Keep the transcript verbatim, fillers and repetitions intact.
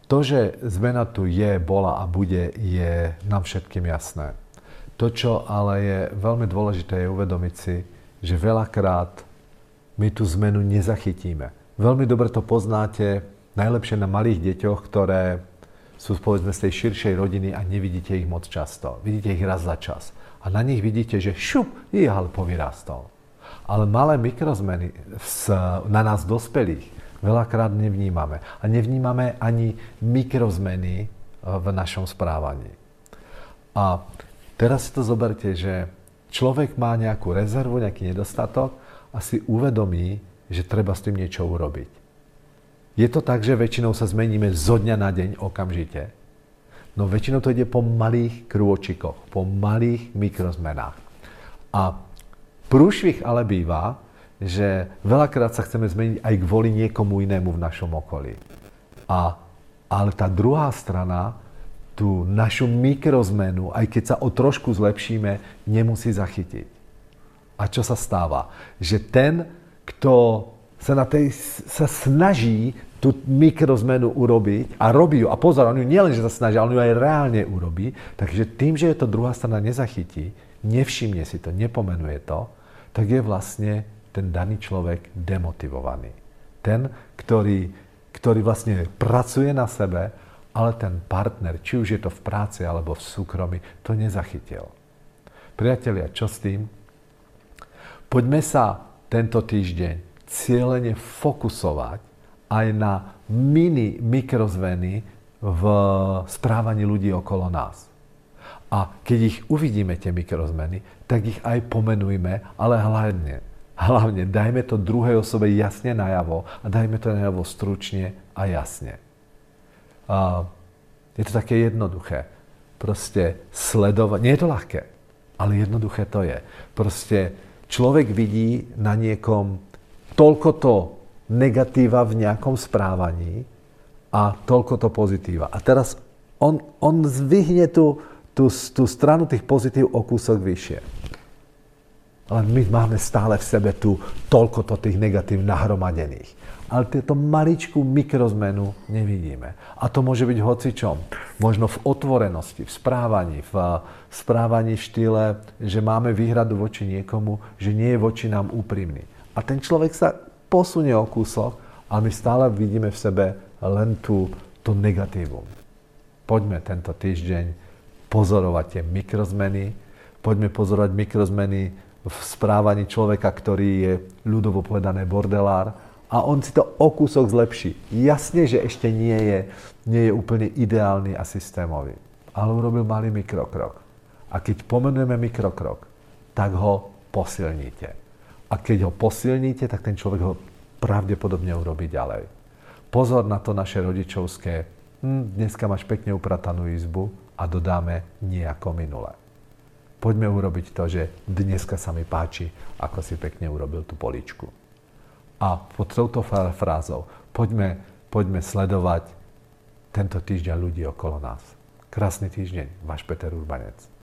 To, že zmena tu je, bola a bude, je nám všetkým jasné. To, čo ale je veľmi dôležité, je uvedomiť si, že veľakrát my tú zmenu nezachytíme. Veľmi dobre to poznáte najlepšie na malých deťoch, ktoré sú povedzme z tej širšej rodiny a nevidíte ich moc často. Vidíte ich raz za čas. A na nich vidíte, že šup, jihal, povyrástol. Ale malé mikrozmeny na nás dospelých veľakrát nevnímame. A nevnímame ani mikrozmeny v našom správaní. A teraz si to zoberte, že človek má nejakú rezervu, nejaký nedostatok a si uvedomí, že treba s tým niečo urobiť. Je to tak, že väčšinou sa zmeníme zo dňa na deň okamžite? No väčšinou to ide po malých krôčikoch, po malých mikrozmenách. A prúšvih ale býva, že veľakrát sa chceme zmeniť aj kvôli niekomu inému v našom okolí. A, ale tá druhá strana, tú našu mikrozmenu, aj keď sa o trošku zlepšíme, nemusí zachytiť. A čo sa stáva? Že ten, kto sa, na tej, sa snaží tú mikrozmenu urobiť a robí ju, a pozor, on ju nielen, že sa snaží, ale on ju aj reálne urobí, takže tým, že je to druhá strana nezachytí, nevšimne si to, nepomenuje to, tak je vlastne ten daný človek demotivovaný. Ten, ktorý, ktorý vlastne pracuje na sebe, ale ten partner, či už je to v práci alebo v súkromí, to nezachytil. Priatelia, čo s tým? Poďme sa tento týždeň cieľene fokusovať aj na mini mikrozmeny v správaní ľudí okolo nás. A keď ich uvidíme, tie mikrozmeny, tak ich aj pomenujme, ale hlavne Hlavne dajme to druhej osobe jasne najavo a dajme to najavo stručne a jasne. A je to také jednoduché. Proste sledovať, nie je to ľahké, ale jednoduché to je. Proste človek vidí na niekom toľkoto negatíva v nejakom správaní a toľkoto pozitíva. A teraz on, on zvihne tú, tú, tú stranu tých pozitív o kúsok vyššie. Ale my máme stále v sebe tu toľkoto tých negatív nahromadených. Ale tieto maličkú mikrozmenu nevidíme. A to môže byť hocičom. Možno v otvorenosti, v správaní, v správaní v štýle, že máme výhradu voči niekomu, že nie je voči nám úprimný. A ten človek sa posunie o kúsok, ale my stále vidíme v sebe len tú, tú negatívum. Poďme tento týždeň pozorovať tie mikrozmeny, poďme pozorovať mikrozmeny v správaní človeka, ktorý je ľudovo povedané bordelár a on si to o kúsok zlepší. Jasne, že ešte nie je, nie je úplne ideálny a systémový, ale urobil malý mikrokrok. A keď pomenujeme mikrokrok, tak ho posilníte. A keď ho posilníte, tak ten človek ho pravdepodobne urobí ďalej. Pozor na to naše rodičovské, hm, dneska máš pekne upratanú izbu a dodáme nejako minule. Poďme urobiť to, že dneska sa mi páči, ako si pekne urobil tú poličku. A pod touto frázou poďme, poďme sledovať tento týždeň ľudí okolo nás. Krásny týždeň, váš Peter Urbanec.